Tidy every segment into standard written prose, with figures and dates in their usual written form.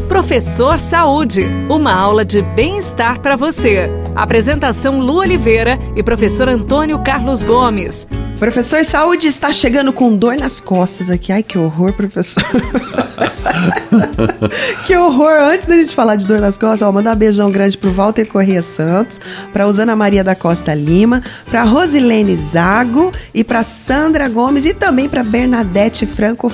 Professor Saúde, uma aula de bem-estar para você. Apresentação Lu Oliveira e professor Antônio Carlos Gomes. Professor Saúde está chegando com dor nas costas aqui. Ai, que horror, professor. Que horror. Antes da gente falar de dor nas costas, mandar um beijão grande pro Walter Corrêa Santos, pra Usana Maria da Costa Lima, pra Rosilene Zago e pra Sandra Gomes e também pra Bernadette Franco,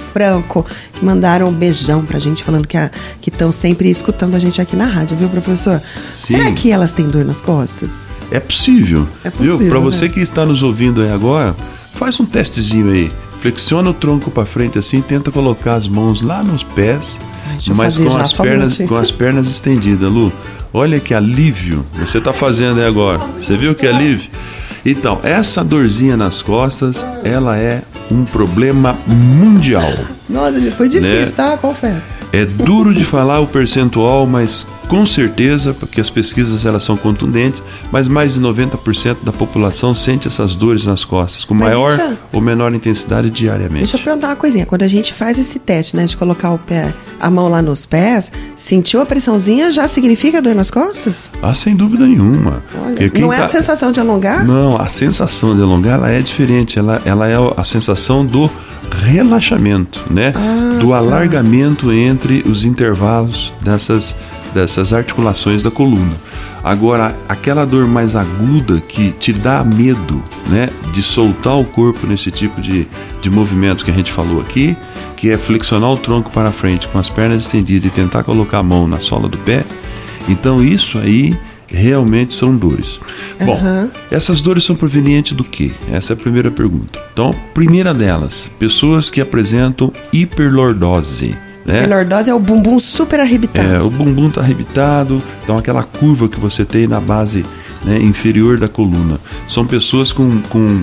que mandaram um beijão pra gente, falando que estão sempre escutando a gente aqui na rádio, viu, professor? Sim. Será que elas têm dor nas costas? É possível. Viu? Para você que está nos ouvindo aí agora, faz um testezinho aí. Flexiona o tronco para frente assim, tenta colocar as mãos lá nos pés, mas com as pernas estendidas, Lu. Olha que alívio você está fazendo aí agora. Você viu que alívio? Então, essa dorzinha nas costas, ela é um problema mundial. Nossa, foi difícil, tá? Confesso. É duro de falar o percentual, mas com certeza, porque as pesquisas elas são contundentes, mas mais de 90% da população sente essas dores nas costas, com maior ou menor intensidade diariamente. Deixa eu perguntar uma coisinha. Quando a gente faz esse teste, né, de colocar a mão lá nos pés, sentiu a pressãozinha, já significa dor nas costas? Ah, sem dúvida nenhuma. Olha, não é a sensação de alongar? Não, a sensação de alongar ela é diferente. Ela é a sensação do relaxamento, né? Do alargamento entre os intervalos dessas articulações da coluna. Agora, aquela dor mais aguda que te dá medo, né, de soltar o corpo nesse tipo de movimento que a gente falou aqui, que é flexionar o tronco para frente com as pernas estendidas e tentar colocar a mão na sola do pé, então isso aí realmente são dores. Bom, essas dores são provenientes do quê? Essa é a primeira pergunta. Então, primeira delas, pessoas que apresentam hiperlordose. Né? Hiperlordose é o bumbum super arrebitado. O bumbum está arrebitado, então aquela curva que você tem na base, né, inferior da coluna. São pessoas com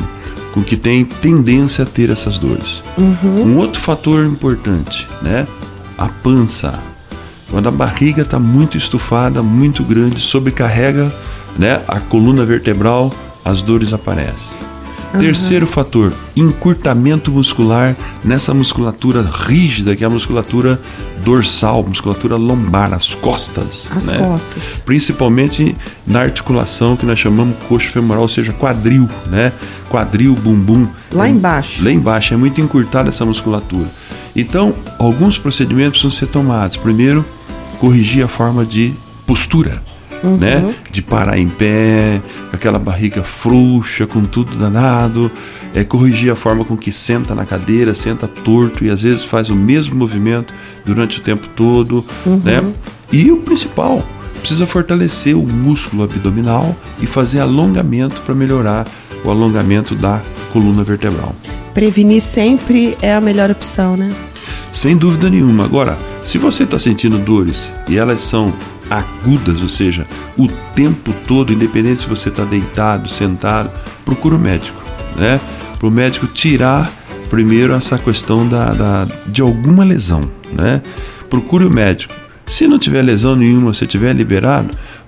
que têm tendência a ter essas dores. Um outro fator importante, né? A pança. Quando a barriga está muito estufada, muito grande, sobrecarrega, né, a coluna vertebral, as dores aparecem. Terceiro fator, encurtamento muscular nessa musculatura rígida, que é a musculatura dorsal, musculatura lombar, as costas. As costas. Principalmente na articulação que nós chamamos coxo femoral, ou seja, quadril, né? Quadril, bumbum. Lá embaixo. Lá embaixo, é muito encurtada essa musculatura. Então, alguns procedimentos precisam ser tomados. Primeiro, corrigir a forma de postura. Né? De parar em pé, com aquela barriga frouxa, com tudo danado, corrigir a forma com que senta na cadeira, senta torto e às vezes faz o mesmo movimento durante o tempo todo, né? E o principal, precisa fortalecer o músculo abdominal e fazer alongamento para melhorar o alongamento da coluna vertebral. Prevenir sempre é a melhor opção, né? Sem dúvida nenhuma. Agora, se você está sentindo dores e elas são agudas, ou seja, o tempo todo, independente se você está deitado, sentado, procura o médico, né? Para o médico tirar primeiro essa questão de alguma lesão, né? Procure o médico. Se não tiver lesão nenhuma, se tiver liberado,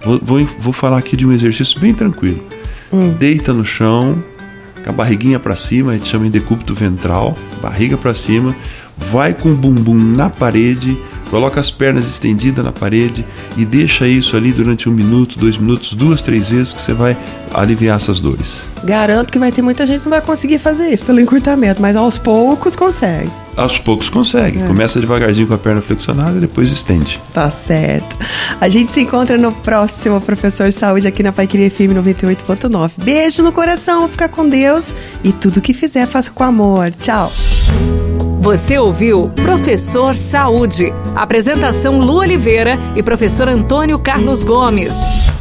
vou falar aqui de um exercício bem tranquilo. Deita no chão, com a barriguinha para cima, a gente chama de decúbito ventral, barriga para cima, vai com o bumbum na parede, coloca as pernas estendidas na parede e deixa isso ali durante 1 minuto, 2 minutos, 2, 3 vezes que você vai aliviar essas dores. Garanto que vai ter muita gente que não vai conseguir fazer isso pelo encurtamento, mas aos poucos consegue. Aos poucos consegue. Começa devagarzinho com a perna flexionada e depois estende. Tá certo. A gente se encontra no próximo Professor Saúde aqui na Paiqueria FM 98.9. Beijo no coração, fica com Deus e tudo que fizer, faça com amor. Tchau. Você ouviu Professor Saúde. Apresentação Lu Oliveira e professor Antônio Carlos Gomes.